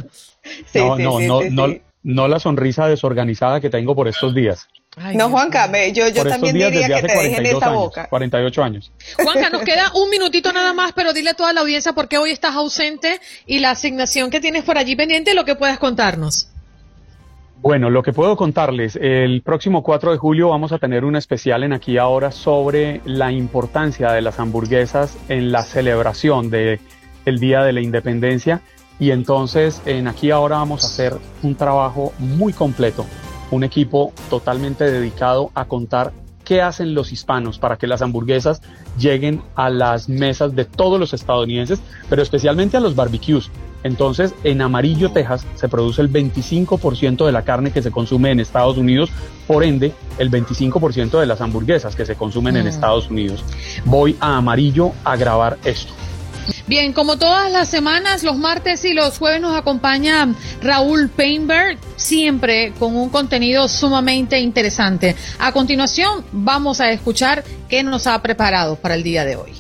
No la sonrisa desorganizada que tengo por estos días. Ay, no, Juanca, yo también diría que te dejen esa boca. 48 años. Juanca, nos queda un minutito nada más, pero dile a toda la audiencia por qué hoy estás ausente y la asignación que tienes por allí pendiente, lo que puedas contarnos. Bueno, lo que puedo contarles, el próximo 4 de julio vamos a tener un especial en Aquí Ahora sobre la importancia de las hamburguesas en la celebración del Día de la Independencia. Y entonces en Aquí Ahora vamos a hacer un trabajo muy completo, un equipo totalmente dedicado a contar qué hacen los hispanos para que las hamburguesas lleguen a las mesas de todos los estadounidenses, pero especialmente a los barbecues. Entonces, en Amarillo, Texas, se produce el 25% de la carne que se consume en Estados Unidos, por ende, el 25% de las hamburguesas que se consumen en Estados Unidos. Voy a Amarillo a grabar esto. Bien, como todas las semanas, los martes y los jueves nos acompaña Raúl Painberg, siempre con un contenido sumamente interesante. A continuación, vamos a escuchar qué nos ha preparado para el día de hoy.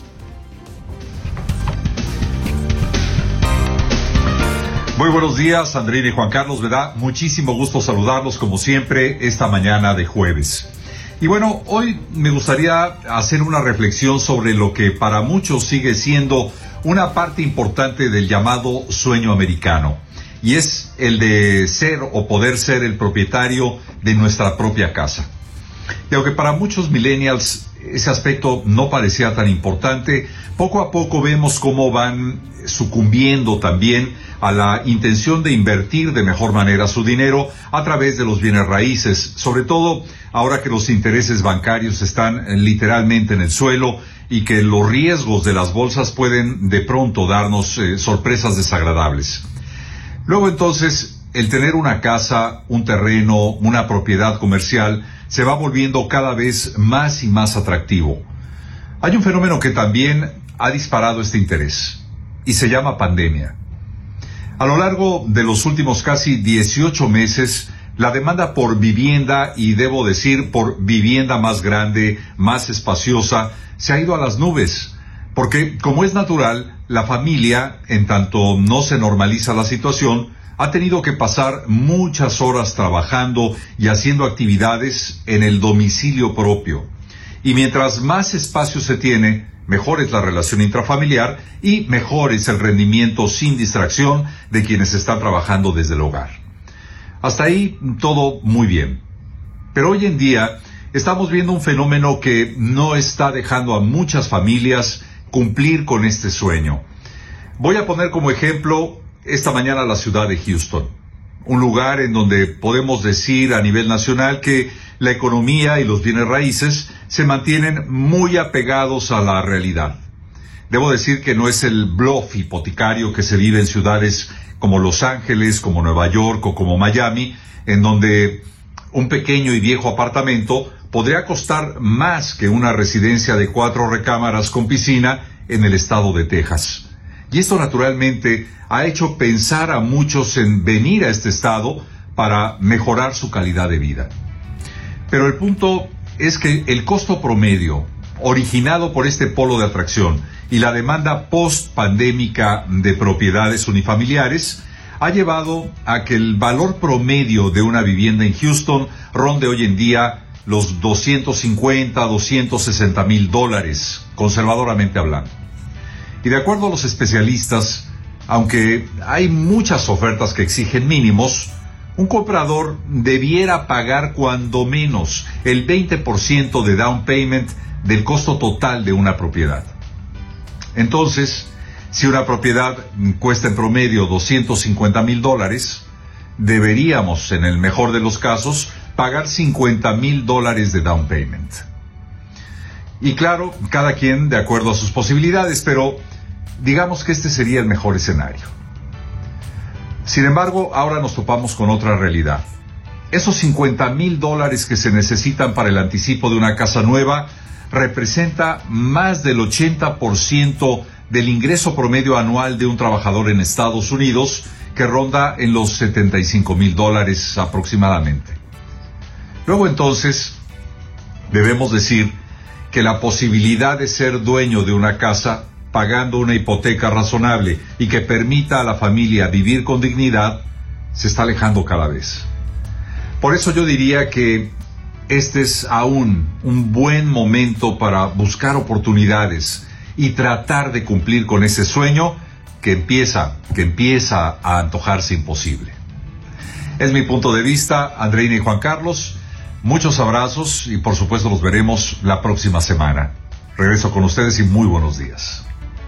Muy buenos días, Andreina y Juan Carlos, ¿verdad? Muchísimo gusto saludarlos como siempre esta mañana de jueves. Y bueno, hoy me gustaría hacer una reflexión sobre lo que para muchos sigue siendo una parte importante del llamado sueño americano, y es el de ser o poder ser el propietario de nuestra propia casa. Y aunque para muchos millennials ese aspecto no parecía tan importante, poco a poco vemos cómo van sucumbiendo también a la intención de invertir de mejor manera su dinero a través de los bienes raíces, sobre todo ahora que los intereses bancarios están literalmente en el suelo y que los riesgos de las bolsas pueden de pronto darnos sorpresas desagradables. Luego entonces, el tener una casa, un terreno, una propiedad comercial se va volviendo cada vez más y más atractivo. Hay un fenómeno que también ha disparado este interés y se llama pandemia. A lo largo de los últimos casi 18 meses, la demanda por vivienda, y debo decir por vivienda más grande, más espaciosa, se ha ido a las nubes, porque como es natural, la familia, en tanto no se normaliza la situación, ha tenido que pasar muchas horas trabajando y haciendo actividades en el domicilio propio. Y mientras más espacio se tiene, mejor es la relación intrafamiliar y mejor es el rendimiento sin distracción de quienes están trabajando desde el hogar. Hasta ahí todo muy bien. Pero hoy en día estamos viendo un fenómeno que no está dejando a muchas familias cumplir con este sueño. Voy a poner como ejemplo esta mañana la ciudad de Houston. un lugar en donde podemos decir a nivel nacional que la economía y los bienes raíces se mantienen muy apegados a la realidad. Debo decir que no es el bluff hipotecario que se vive en ciudades como Los Ángeles, como Nueva York o como Miami, en donde un pequeño y viejo apartamento podría costar más que una residencia de 4 recámaras con piscina en el estado de Texas. Y esto naturalmente ha hecho pensar a muchos en venir a este estado para mejorar su calidad de vida. Pero el punto es que el costo promedio, originado por este polo de atracción, y la demanda post-pandémica de propiedades unifamiliares, ha llevado a que el valor promedio de una vivienda en Houston ronde hoy en día los $250,000 a $260,000, conservadoramente hablando. Y de acuerdo a los especialistas, aunque hay muchas ofertas que exigen mínimos, un comprador debiera pagar cuando menos el 20% de down payment del costo total de una propiedad. Entonces, si una propiedad cuesta en promedio $250,000, deberíamos, en el mejor de los casos, pagar $50,000 de down payment. Y claro, cada quien de acuerdo a sus posibilidades, pero digamos que este sería el mejor escenario. Sin embargo, ahora nos topamos con otra realidad. Esos $50,000 que se necesitan para el anticipo de una casa nueva representa más del 80% del ingreso promedio anual de un trabajador en Estados Unidos, que ronda en los $75,000 aproximadamente. Luego entonces, debemos decir que la posibilidad de ser dueño de una casa pagando una hipoteca razonable y que permita a la familia vivir con dignidad se está alejando cada vez. Por eso yo diría que este es aún un buen momento para buscar oportunidades y tratar de cumplir con ese sueño que empieza a antojarse imposible. Es mi punto de vista, Andreina y Juan Carlos. Muchos abrazos y por supuesto los veremos la próxima semana. Regreso con ustedes y muy buenos días.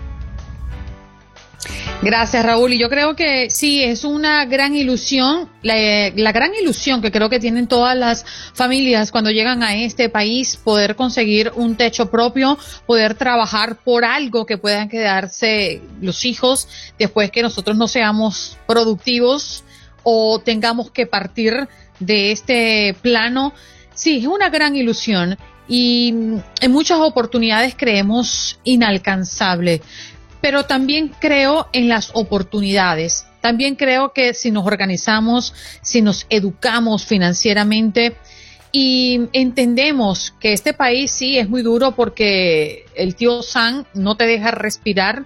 Gracias, Raúl. Y yo creo que sí, es una gran ilusión, la gran ilusión que creo que tienen todas las familias cuando llegan a este país, poder conseguir un techo propio, poder trabajar por algo que puedan quedarse los hijos después que nosotros no seamos productivos o tengamos que partir de este plano. Sí, es una gran ilusión y en muchas oportunidades creemos inalcanzable. Pero también creo en las oportunidades. También creo que si nos organizamos, si nos educamos financieramente y entendemos que este país sí es muy duro porque el tío Sam no te deja respirar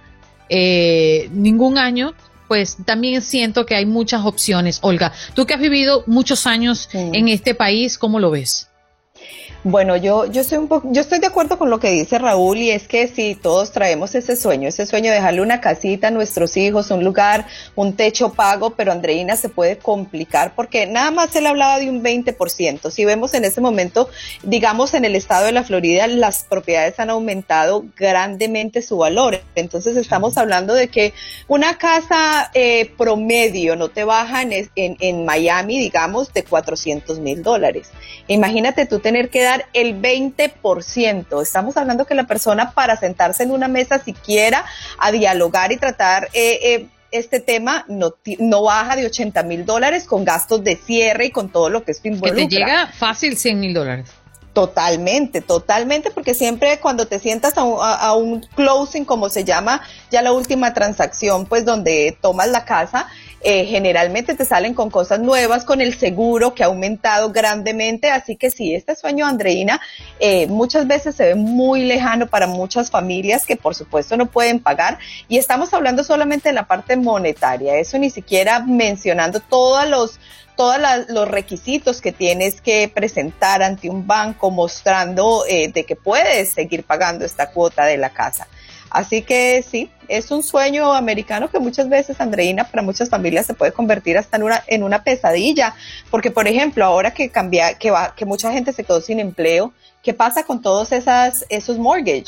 ningún año, pues también siento que hay muchas opciones. Olga, tú que has vivido muchos años en este país, ¿cómo lo ves? Bueno, yo estoy de acuerdo con lo que dice Raúl, y es que si todos traemos ese sueño de dejarle una casita a nuestros hijos, un lugar, un techo pago, pero Andreina, se puede complicar porque nada más él hablaba de un 20%. Si vemos en ese momento, digamos en el estado de la Florida, las propiedades han aumentado grandemente su valor. Entonces estamos hablando de que una casa promedio no te baja en Miami, digamos, de $400,000. Imagínate tú tener que dar el 20%. Estamos hablando que la persona, para sentarse en una mesa siquiera a dialogar y tratar este tema, no baja de $80,000 con gastos de cierre y con todo lo que esto involucra. Que te llega fácil $100,000. Totalmente, porque siempre cuando te sientas a un closing, como se llama, ya la última transacción, pues donde tomas la casa, generalmente te salen con cosas nuevas, con el seguro que ha aumentado grandemente, así que sí, este sueño, Andreina, muchas veces se ve muy lejano para muchas familias que por supuesto no pueden pagar, y estamos hablando solamente de la parte monetaria, eso ni siquiera mencionando todos los requisitos que tienes que presentar ante un banco mostrando de que puedes seguir pagando esta cuota de la casa. Así que sí, es un sueño americano que muchas veces, Andreina, para muchas familias se puede convertir hasta en una pesadilla, porque por ejemplo, ahora que mucha gente se quedó sin empleo, ¿qué pasa con todos esos mortgage?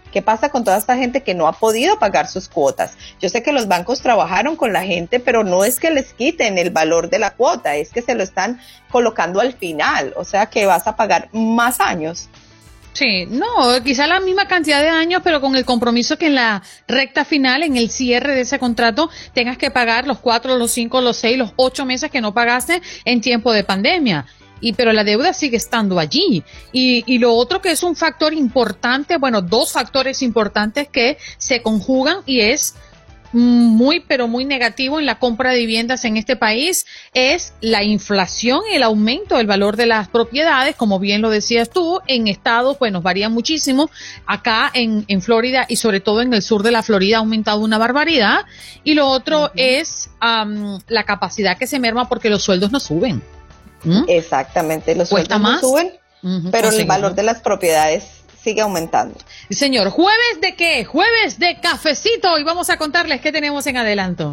¿Qué pasa con toda esta gente que no ha podido pagar sus cuotas? Yo sé que los bancos trabajaron con la gente, pero no es que les quiten el valor de la cuota, es que se lo están colocando al final, o sea que vas a pagar más años. Sí, no, quizá la misma cantidad de años, pero con el compromiso que en la recta final, en el cierre de ese contrato, tengas que pagar los 4, los 5, los 6, los 8 meses que no pagaste en tiempo de pandemia. Pero la deuda sigue estando allí. Y lo otro que es un factor importante, bueno, dos factores importantes que se conjugan y es muy, pero muy negativo en la compra de viviendas en este país, es la inflación y el aumento del valor de las propiedades, como bien lo decías tú, en estados, pues nos varía muchísimo. Acá en Florida y sobre todo en el sur de la Florida ha aumentado una barbaridad. Y lo otro es la capacidad que se merma porque los sueldos no suben. Exactamente, los sueldos no suben, pero el valor de las propiedades sigue aumentando. Señor, ¿jueves de qué? Jueves de cafecito y vamos a contarles qué tenemos en adelanto.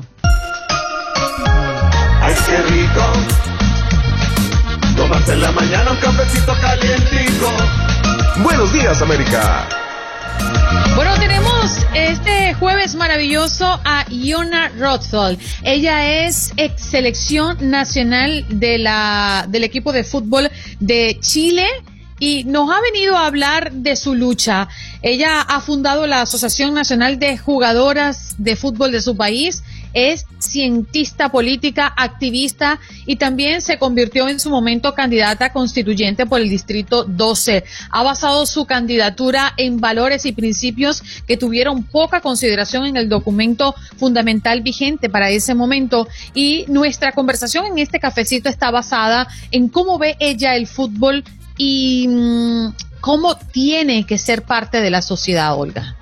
¡Ay, qué rico! Tomarse en la mañana un cafecito calientico. Buenos días, América. Bueno, tenemos este jueves maravilloso a Iona Rothfeld. Ella es ex selección nacional del equipo de fútbol de Chile y nos ha venido a hablar de su lucha. Ella ha fundado la Asociación Nacional de Jugadoras de Fútbol de su país. Es cientista política, activista y también se convirtió en su momento candidata constituyente por el Distrito 12. Ha basado su candidatura en valores y principios que tuvieron poca consideración en el documento fundamental vigente para ese momento. Y nuestra conversación en este cafecito está basada en cómo ve ella el fútbol y cómo tiene que ser parte de la sociedad, Olga.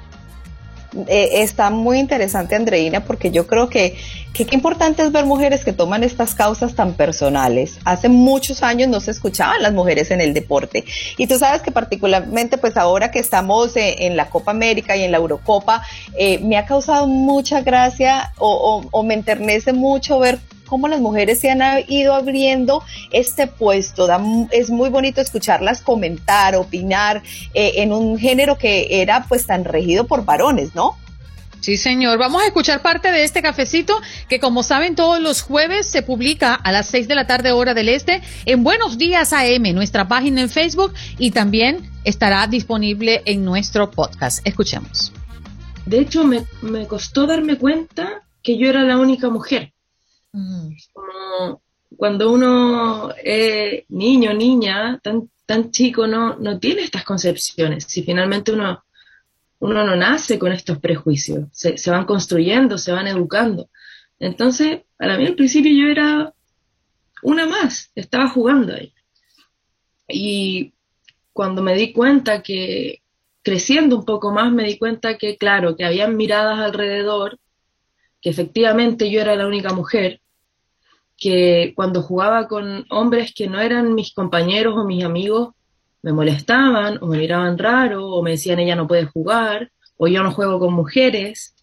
Está muy interesante, Andreina, porque yo creo que qué importante es ver mujeres que toman estas causas tan personales. Hace muchos años no se escuchaban las mujeres en el deporte y tú sabes que particularmente pues ahora que estamos en la Copa América y en la Eurocopa, me ha causado mucha gracia o me enternece mucho ver cómo las mujeres se han ido abriendo este puesto. Es muy bonito escucharlas comentar, opinar en un género que era pues tan regido por varones, ¿no? Sí, señor. Vamos a escuchar parte de este cafecito que, como saben, todos los jueves se publica a las 6 de la tarde hora del este en Buenos Días AM, nuestra página en Facebook, y también estará disponible en nuestro podcast. Escuchemos. De hecho, me costó darme cuenta que yo era la única mujer. Como cuando uno es niño, niña, tan chico, no tiene estas concepciones. Si finalmente uno no nace con estos prejuicios, se van construyendo, se van educando. Entonces, para mí al principio yo era una más, estaba jugando ahí. Y cuando me di cuenta que, creciendo un poco más, me di cuenta que, claro, que habían miradas alrededor, que efectivamente yo era la única mujer, que cuando jugaba con hombres que no eran mis compañeros o mis amigos, me molestaban o me miraban raro o me decían ella no puede jugar o yo no juego con mujeres,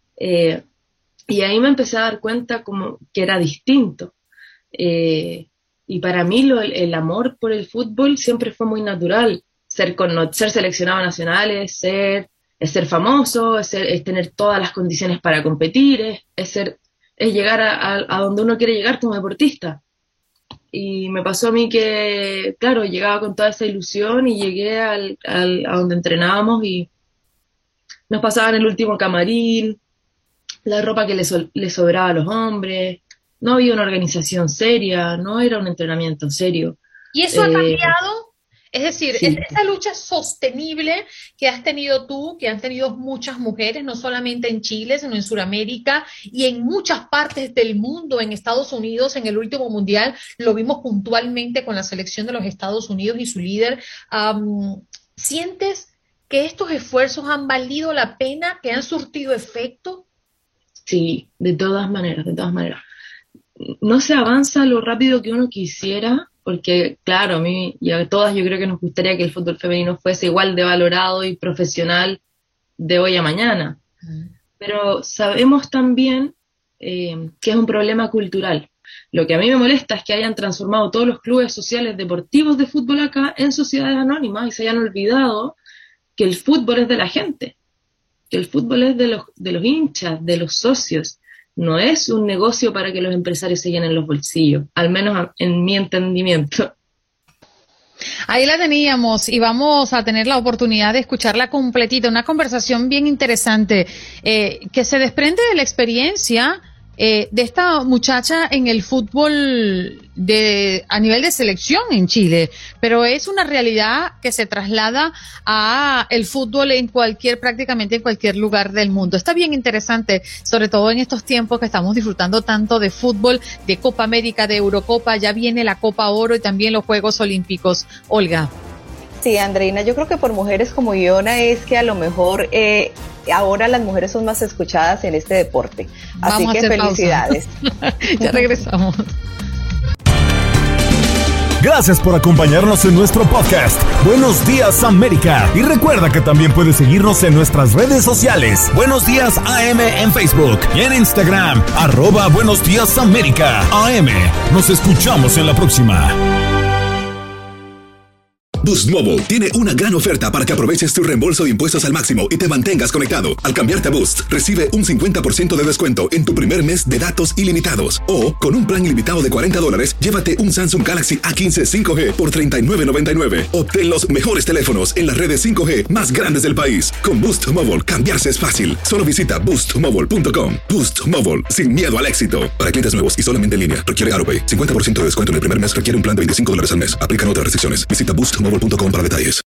y ahí me empecé a dar cuenta como que era distinto, y para mí el amor por el fútbol siempre fue muy natural. Ser seleccionado nacional es ser famoso, es tener todas las condiciones para competir, es llegar a donde uno quiere llegar como deportista. Y me pasó a mí que, claro, llegaba con toda esa ilusión y llegué a donde entrenábamos y nos pasaban el último camarín, la ropa que les sobraba a los hombres, no había una organización seria, no era un entrenamiento serio. ¿Y eso ha cambiado? Es decir, sí. Esa lucha sostenible que has tenido tú, que han tenido muchas mujeres, no solamente en Chile, sino en Sudamérica y en muchas partes del mundo, en Estados Unidos, en el último mundial, lo vimos puntualmente con la selección de los Estados Unidos y su líder. ¿Sientes que estos esfuerzos han valido la pena, que han surtido efecto? Sí, de todas maneras, de todas maneras. No se avanza lo rápido que uno quisiera, porque claro, a mí y a todas yo creo que nos gustaría que el fútbol femenino fuese igual de valorado y profesional de hoy a mañana. Pero sabemos también que es un problema cultural. Lo que a mí me molesta es que hayan transformado todos los clubes sociales deportivos de fútbol acá en sociedades anónimas y se hayan olvidado que el fútbol es de la gente. el fútbol es de los hinchas, de los socios. No es un negocio para que los empresarios se llenen los bolsillos, al menos en mi entendimiento. Ahí la teníamos y vamos a tener la oportunidad de escucharla completita, una conversación bien interesante que se desprende de la experiencia de esta muchacha en el fútbol a nivel de selección en Chile, pero es una realidad que se traslada a el fútbol prácticamente en cualquier lugar del mundo. Está bien interesante, sobre todo en estos tiempos que estamos disfrutando tanto de fútbol, de Copa América, de Eurocopa, ya viene la Copa Oro y también los Juegos Olímpicos. Olga. Sí, Andreina, yo creo que por mujeres como Iona es que a lo mejor ahora las mujeres son más escuchadas en este deporte. Así que felicidades. Ya regresamos. Gracias por acompañarnos en nuestro podcast Buenos Días América. Y recuerda que también puedes seguirnos en nuestras redes sociales. Buenos Días AM en Facebook y en Instagram, @Buenos Días América AM. Nos escuchamos en la próxima. Boost Mobile tiene una gran oferta para que aproveches tu reembolso de impuestos al máximo y te mantengas conectado. Al cambiarte a Boost, recibe un 50% de descuento en tu primer mes de datos ilimitados. O, con un plan ilimitado de $40, llévate un Samsung Galaxy A15 5G por $39.99. Obtén los mejores teléfonos en las redes 5G más grandes del país. Con Boost Mobile, cambiarse es fácil. Solo visita boostmobile.com. Boost Mobile, sin miedo al éxito. Para clientes nuevos y solamente en línea, requiere AutoPay. 50% de descuento en el primer mes requiere un plan de $25 al mes. Aplican otras restricciones. Visita boostmobile.com para detalles.